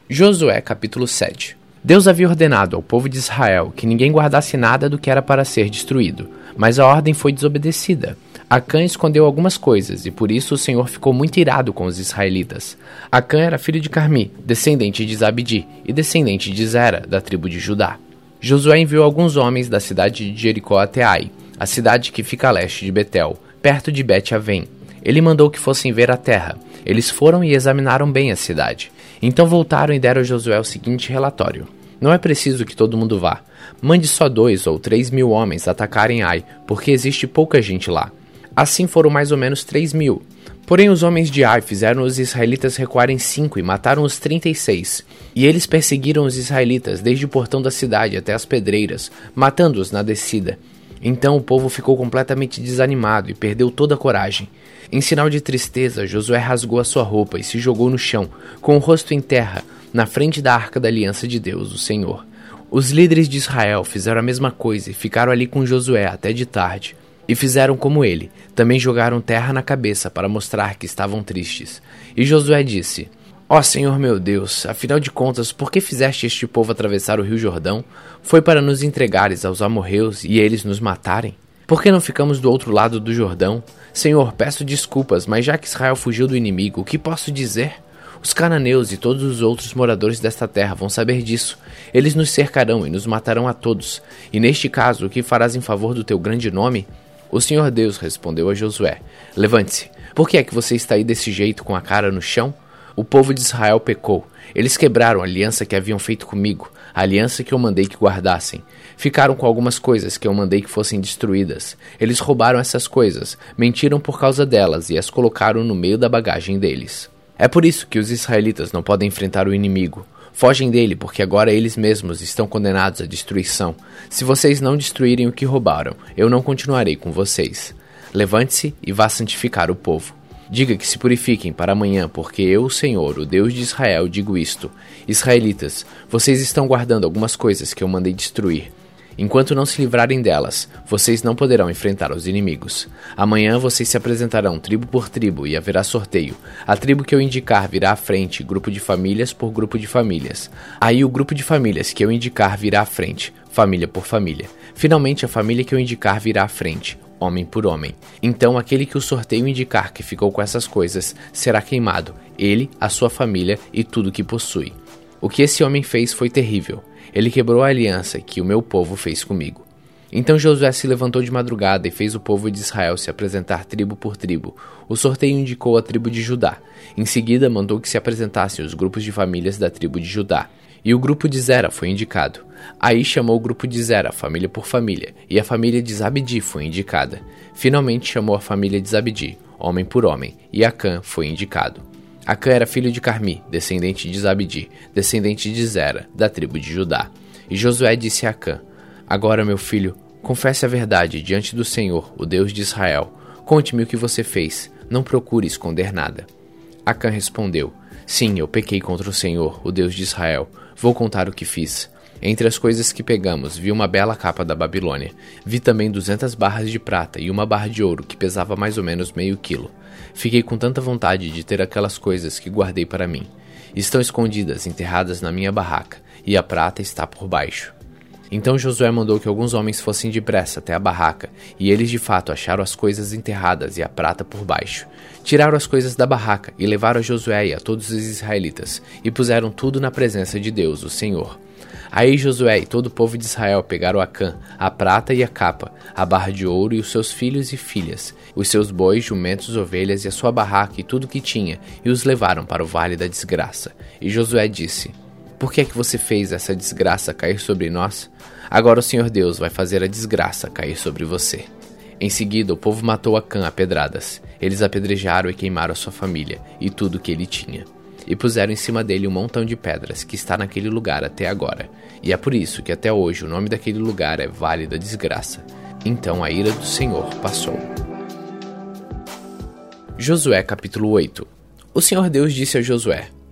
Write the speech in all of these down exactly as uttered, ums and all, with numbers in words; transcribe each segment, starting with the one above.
Josué capítulo sete. Deus havia ordenado ao povo de Israel que ninguém guardasse nada do que era para ser destruído, mas a ordem foi desobedecida. Acã escondeu algumas coisas, e por isso o Senhor ficou muito irado com os israelitas. Acã era filho de Carmi, descendente de Zabdi, e descendente de Zera, da tribo de Judá. Josué enviou alguns homens da cidade de Jericó até Ai, a cidade que fica a leste de Betel, perto de Bet-Avém. Ele mandou que fossem ver a terra. Eles foram e examinaram bem a cidade. Então voltaram e deram a Josué o seguinte relatório: não é preciso que todo mundo vá. Mande só dois ou três mil homens atacarem Ai, porque existe pouca gente lá. Assim foram mais ou menos três mil. Porém os homens de Ai fizeram os israelitas recuarem cinco e mataram os trinta e seis. E eles perseguiram os israelitas desde o portão da cidade até as pedreiras, matando-os na descida. Então o povo ficou completamente desanimado e perdeu toda a coragem. Em sinal de tristeza, Josué rasgou a sua roupa e se jogou no chão, com o rosto em terra, na frente da arca da aliança de Deus, o Senhor. Os líderes de Israel fizeram a mesma coisa e ficaram ali com Josué até de tarde. E fizeram como ele, também jogaram terra na cabeça para mostrar que estavam tristes. E Josué disse: Ó Senhor meu Deus, afinal de contas, por que fizeste este povo atravessar o rio Jordão? Foi para nos entregares aos amorreus e eles nos matarem? Por que não ficamos do outro lado do Jordão? Senhor, peço desculpas, mas já que Israel fugiu do inimigo, o que posso dizer? Os cananeus e todos os outros moradores desta terra vão saber disso. Eles nos cercarão e nos matarão a todos. E neste caso, o que farás em favor do teu grande nome? O Senhor Deus respondeu a Josué: Levante-se. Por que é que você está aí desse jeito com a cara no chão? O povo de Israel pecou. Eles quebraram a aliança que haviam feito comigo, a aliança que eu mandei que guardassem. Ficaram com algumas coisas que eu mandei que fossem destruídas. Eles roubaram essas coisas, mentiram por causa delas e as colocaram no meio da bagagem deles. É por isso que os israelitas não podem enfrentar o inimigo. Fogem dele, porque agora eles mesmos estão condenados à destruição. Se vocês não destruírem o que roubaram, eu não continuarei com vocês. Levante-se e vá santificar o povo. Diga que se purifiquem para amanhã, porque eu, o Senhor, o Deus de Israel, digo isto: Israelitas, vocês estão guardando algumas coisas que eu mandei destruir. Enquanto não se livrarem delas, vocês não poderão enfrentar os inimigos. Amanhã vocês se apresentarão tribo por tribo e haverá sorteio. A tribo que eu indicar virá à frente, grupo de famílias por grupo de famílias. Aí o grupo de famílias que eu indicar virá à frente, família por família. Finalmente a família que eu indicar virá à frente, homem por homem. Então aquele que o sorteio indicar que ficou com essas coisas será queimado, ele, a sua família e tudo que possui. O que esse homem fez foi terrível. Ele quebrou a aliança que o meu povo fez comigo. Então Josué se levantou de madrugada e fez o povo de Israel se apresentar tribo por tribo. O sorteio indicou a tribo de Judá. Em seguida mandou que se apresentassem os grupos de famílias da tribo de Judá. E o grupo de Zera foi indicado. Aí chamou o grupo de Zera, família por família, e a família de Zabdi foi indicada. Finalmente chamou a família de Zabdi, homem por homem, e Acã foi indicado. Acã era filho de Carmi, descendente de Zabdi, descendente de Zera, da tribo de Judá. E Josué disse a Acã: Agora, meu filho, confesse a verdade diante do Senhor, o Deus de Israel. Conte-me o que você fez, não procure esconder nada. Acã respondeu: Sim, eu pequei contra o Senhor, o Deus de Israel. Vou contar o que fiz. Entre as coisas que pegamos, vi uma bela capa da Babilônia. Vi também duzentas barras de prata e uma barra de ouro que pesava mais ou menos meio quilo. Fiquei com tanta vontade de ter aquelas coisas que guardei para mim. Estão escondidas, enterradas na minha barraca, e a prata está por baixo. Então Josué mandou que alguns homens fossem depressa até a barraca, e eles de fato acharam as coisas enterradas e a prata por baixo. Tiraram as coisas da barraca e levaram a Josué e a todos os israelitas, e puseram tudo na presença de Deus, o Senhor. Aí Josué e todo o povo de Israel pegaram Acã, a prata e a capa, a barra de ouro e os seus filhos e filhas, os seus bois, jumentos, ovelhas e a sua barraca e tudo que tinha, e os levaram para o vale da desgraça. E Josué disse: Por que é que você fez essa desgraça cair sobre nós? Agora o Senhor Deus vai fazer a desgraça cair sobre você. Em seguida o povo matou Acã a pedradas. Eles apedrejaram e queimaram a sua família e tudo que ele tinha. E puseram em cima dele um montão de pedras que está naquele lugar até agora. E é por isso que até hoje o nome daquele lugar é Vale da Desgraça. Então a ira do Senhor passou. Josué capítulo oito. O Senhor Deus disse a Josué: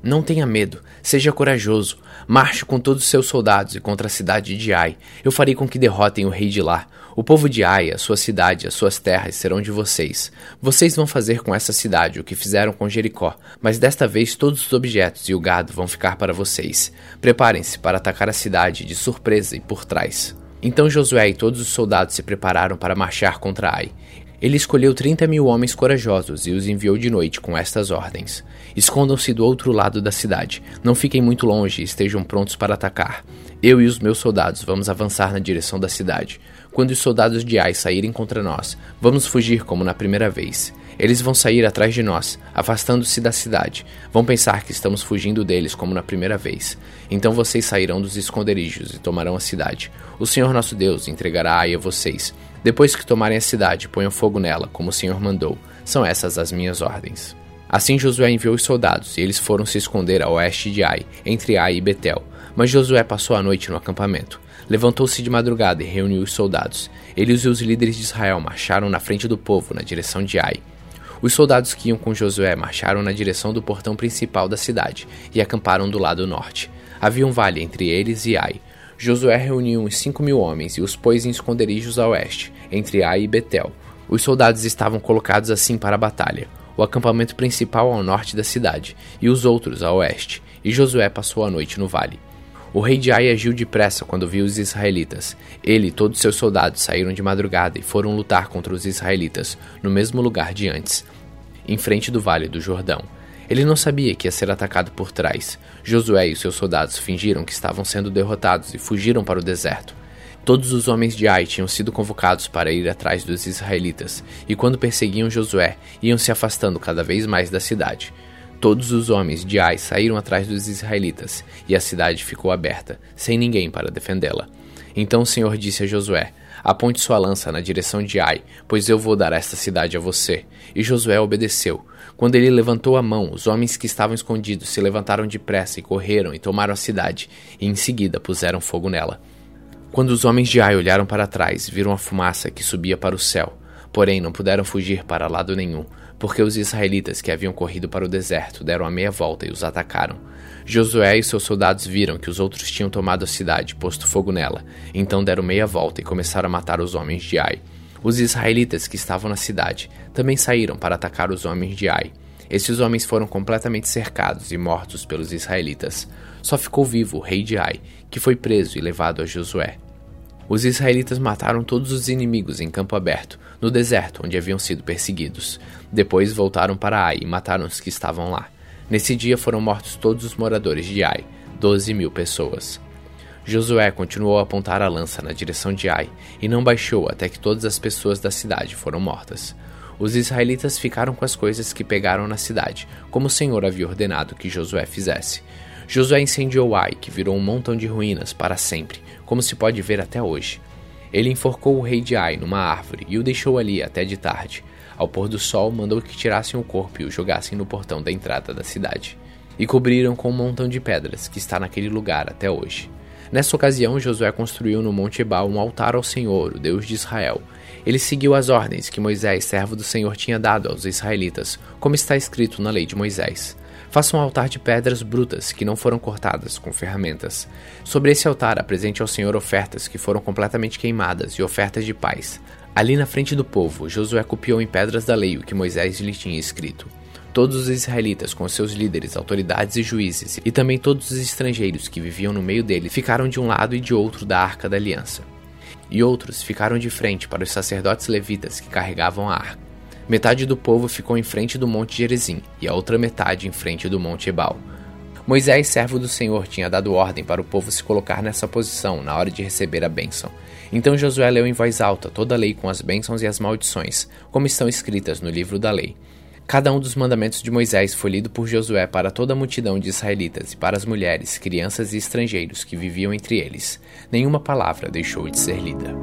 Não tenha medo, seja corajoso, marche com todos os seus soldados e contra a cidade de Ai. Eu farei com que derrotem o rei de lá. O povo de Ai, a sua cidade, as suas terras serão de vocês. Vocês vão fazer com essa cidade o que fizeram com Jericó, mas desta vez todos os objetos e o gado vão ficar para vocês. Preparem-se para atacar a cidade de surpresa e por trás. Então Josué e todos os soldados se prepararam para marchar contra Ai. Ele escolheu trinta mil homens corajosos e os enviou de noite com estas ordens: escondam-se do outro lado da cidade, não fiquem muito longe e estejam prontos para atacar. Eu e os meus soldados vamos avançar na direção da cidade. Quando os soldados de Ai saírem contra nós, vamos fugir como na primeira vez. Eles vão sair atrás de nós, afastando-se da cidade. Vão pensar que estamos fugindo deles como na primeira vez. Então vocês sairão dos esconderijos e tomarão a cidade. O Senhor nosso Deus entregará Ai a vocês. Depois que tomarem a cidade, ponham fogo nela, como o Senhor mandou. São essas as minhas ordens. Assim Josué enviou os soldados, e eles foram se esconder a oeste de Ai, entre Ai e Betel. Mas Josué passou a noite no acampamento. Levantou-se de madrugada e reuniu os soldados. Eles e os líderes de Israel marcharam na frente do povo, na direção de Ai. Os soldados que iam com Josué marcharam na direção do portão principal da cidade, e acamparam do lado norte. Havia um vale entre eles e Ai. Josué reuniu uns cinco mil homens e os pôs em esconderijos a oeste, entre Ai e Betel. Os soldados estavam colocados assim para a batalha, o acampamento principal ao norte da cidade, e os outros a oeste, e Josué passou a noite no vale. O rei de Ai agiu depressa quando viu os israelitas. Ele e todos seus soldados saíram de madrugada e foram lutar contra os israelitas, no mesmo lugar de antes, em frente do vale do Jordão. Ele não sabia que ia ser atacado por trás. Josué e os seus soldados fingiram que estavam sendo derrotados e fugiram para o deserto. Todos os homens de Ai tinham sido convocados para ir atrás dos israelitas, e quando perseguiam Josué, iam se afastando cada vez mais da cidade. Todos os homens de Ai saíram atrás dos israelitas, e a cidade ficou aberta, sem ninguém para defendê-la. Então o Senhor disse a Josué: aponte sua lança na direção de Ai, pois eu vou dar esta cidade a você. E Josué obedeceu. Quando ele levantou a mão, os homens que estavam escondidos se levantaram depressa e correram e tomaram a cidade, e em seguida puseram fogo nela. Quando os homens de Ai olharam para trás, viram a fumaça que subia para o céu. Porém, não puderam fugir para lado nenhum, porque os israelitas que haviam corrido para o deserto deram a meia volta e os atacaram. Josué e seus soldados viram que os outros tinham tomado a cidade, posto fogo nela. Então deram meia volta e começaram a matar os homens de Ai. Os israelitas que estavam na cidade também saíram para atacar os homens de Ai. Esses homens foram completamente cercados e mortos pelos israelitas. Só ficou vivo o rei de Ai, que foi preso e levado a Josué. Os israelitas mataram todos os inimigos em campo aberto, no deserto onde haviam sido perseguidos. Depois voltaram para Ai e mataram os que estavam lá. Nesse dia foram mortos todos os moradores de Ai, doze mil pessoas. Josué continuou a apontar a lança na direção de Ai e não baixou até que todas as pessoas da cidade foram mortas. Os israelitas ficaram com as coisas que pegaram na cidade, como o Senhor havia ordenado que Josué fizesse. Josué incendiou Ai, que virou um montão de ruínas para sempre, como se pode ver até hoje. Ele enforcou o rei de Ai numa árvore e o deixou ali até de tarde. Ao pôr do sol, mandou que tirassem o corpo e o jogassem no portão da entrada da cidade. E cobriram com um montão de pedras, que está naquele lugar até hoje. Nessa ocasião, Josué construiu no Monte Ebal um altar ao Senhor, o Deus de Israel. Ele seguiu as ordens que Moisés, servo do Senhor, tinha dado aos israelitas, como está escrito na lei de Moisés. Faça um altar de pedras brutas que não foram cortadas com ferramentas. Sobre esse altar apresente ao Senhor ofertas que foram completamente queimadas e ofertas de paz. Ali na frente do povo, Josué copiou em pedras da lei o que Moisés lhe tinha escrito. Todos os israelitas, com seus líderes, autoridades e juízes, e também todos os estrangeiros que viviam no meio dele, ficaram de um lado e de outro da Arca da Aliança. E outros ficaram de frente para os sacerdotes levitas que carregavam a arca. Metade do povo ficou em frente do Monte Gerizim, e a outra metade em frente do Monte Ebal. Moisés, servo do Senhor, tinha dado ordem para o povo se colocar nessa posição na hora de receber a bênção. Então Josué leu em voz alta toda a lei com as bênçãos e as maldições, como estão escritas no livro da lei. Cada um dos mandamentos de Moisés foi lido por Josué para toda a multidão de israelitas e para as mulheres, crianças e estrangeiros que viviam entre eles. Nenhuma palavra deixou de ser lida.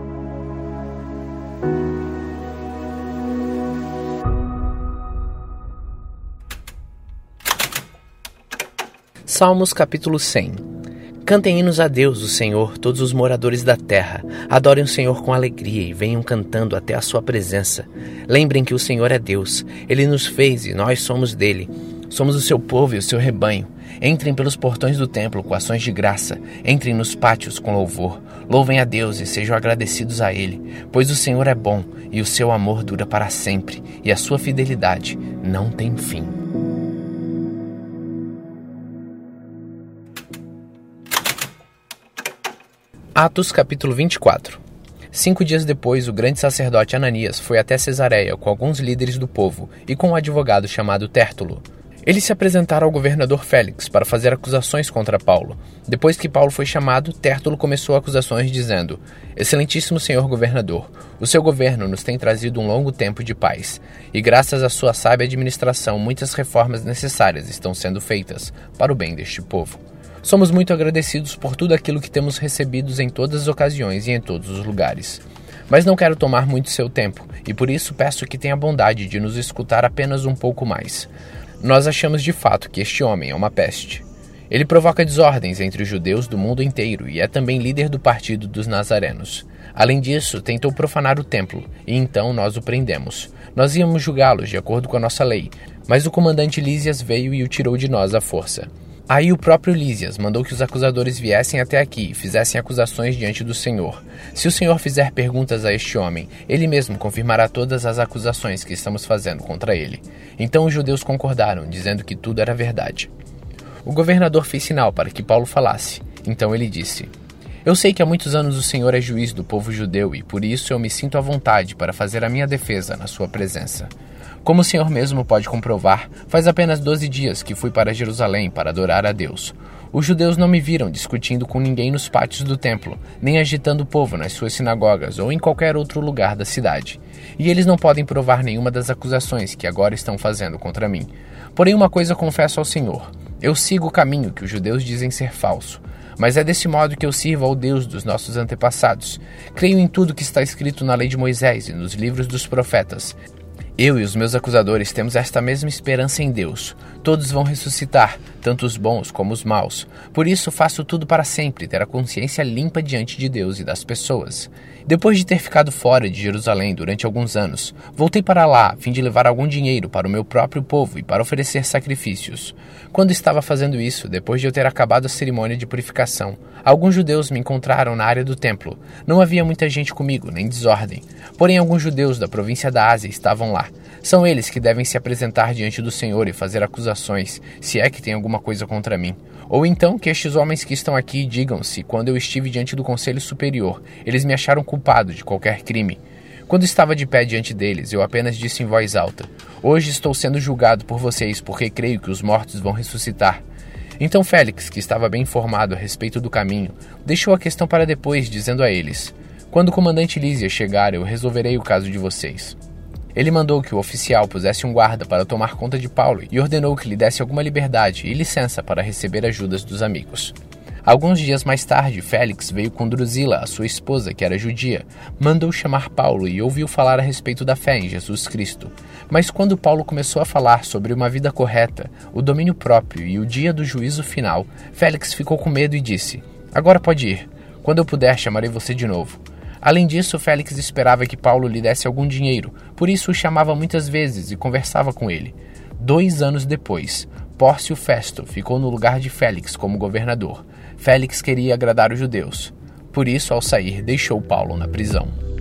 Salmos capítulo cem. Cantem hinos a Deus, o Senhor, todos os moradores da terra. Adorem o Senhor com alegria e venham cantando até a sua presença. Lembrem que o Senhor é Deus. Ele nos fez e nós somos dele. Somos o seu povo e o seu rebanho. Entrem pelos portões do templo com ações de graça. Entrem nos pátios com louvor. Louvem a Deus e sejam agradecidos a Ele, pois o Senhor é bom e o seu amor dura para sempre, e a sua fidelidade não tem fim. Atos capítulo vinte e quatro. Cinco dias depois, o grande sacerdote Ananias foi até Cesareia com alguns líderes do povo e com um advogado chamado Tértulo. Eles se apresentaram ao governador Félix para fazer acusações contra Paulo. Depois que Paulo foi chamado, Tértulo começou acusações dizendo: Excelentíssimo senhor governador, o seu governo nos tem trazido um longo tempo de paz, e graças à sua sábia administração muitas reformas necessárias estão sendo feitas para o bem deste povo. Somos muito agradecidos por tudo aquilo que temos recebido em todas as ocasiões e em todos os lugares. Mas não quero tomar muito seu tempo, e por isso peço que tenha a bondade de nos escutar apenas um pouco mais. Nós achamos de fato que este homem é uma peste. Ele provoca desordens entre os judeus do mundo inteiro e é também líder do partido dos nazarenos. Além disso, tentou profanar o templo, e então nós o prendemos. Nós íamos julgá-los de acordo com a nossa lei, mas o comandante Lísias veio e o tirou de nós à força. Aí o próprio Lísias mandou que os acusadores viessem até aqui e fizessem acusações diante do Senhor. Se o Senhor fizer perguntas a este homem, ele mesmo confirmará todas as acusações que estamos fazendo contra ele. Então os judeus concordaram, dizendo que tudo era verdade. O governador fez sinal para que Paulo falasse. Então ele disse: Eu sei que há muitos anos o Senhor é juiz do povo judeu e por isso eu me sinto à vontade para fazer a minha defesa na sua presença. Como o Senhor mesmo pode comprovar, faz apenas doze dias que fui para Jerusalém para adorar a Deus. Os judeus não me viram discutindo com ninguém nos pátios do templo, nem agitando o povo nas suas sinagogas ou em qualquer outro lugar da cidade. E eles não podem provar nenhuma das acusações que agora estão fazendo contra mim. Porém, uma coisa confesso ao Senhor: eu sigo o caminho que os judeus dizem ser falso. Mas é desse modo que eu sirvo ao Deus dos nossos antepassados. Creio em tudo que está escrito na lei de Moisés e nos livros dos profetas. Eu e os meus acusadores temos esta mesma esperança em Deus. Todos vão ressuscitar, tanto os bons como os maus. Por isso faço tudo para sempre ter a consciência limpa diante de Deus e das pessoas. Depois de ter ficado fora de Jerusalém durante alguns anos, voltei para lá a fim de levar algum dinheiro para o meu próprio povo e para oferecer sacrifícios. Quando estava fazendo isso, depois de eu ter acabado a cerimônia de purificação, alguns judeus me encontraram na área do templo. Não havia muita gente comigo, nem desordem. Porém, alguns judeus da província da Ásia estavam lá. São eles que devem se apresentar diante do Senhor e fazer acusações, se é que tem alguma coisa contra mim. Ou então que estes homens que estão aqui digam se, quando eu estive diante do Conselho Superior, eles me acharam culpado de qualquer crime. Quando estava de pé diante deles, eu apenas disse em voz alta: Hoje estou sendo julgado por vocês, porque creio que os mortos vão ressuscitar. Então Félix, que estava bem informado a respeito do caminho, deixou a questão para depois, dizendo a eles: Quando o comandante Lísias chegar, eu resolverei o caso de vocês. Ele mandou que o oficial pusesse um guarda para tomar conta de Paulo e ordenou que lhe desse alguma liberdade e licença para receber ajudas dos amigos. Alguns dias mais tarde, Félix veio com Drusila, a sua esposa, que era judia, mandou chamar Paulo e ouviu falar a respeito da fé em Jesus Cristo. Mas quando Paulo começou a falar sobre uma vida correta, o domínio próprio e o dia do juízo final, Félix ficou com medo e disse: Agora pode ir. Quando eu puder, chamarei você de novo. Além disso, Félix esperava que Paulo lhe desse algum dinheiro, por isso o chamava muitas vezes e conversava com ele. Dois anos depois, Pórcio Festo ficou no lugar de Félix como governador. Félix queria agradar os judeus. Por isso, ao sair, deixou Paulo na prisão.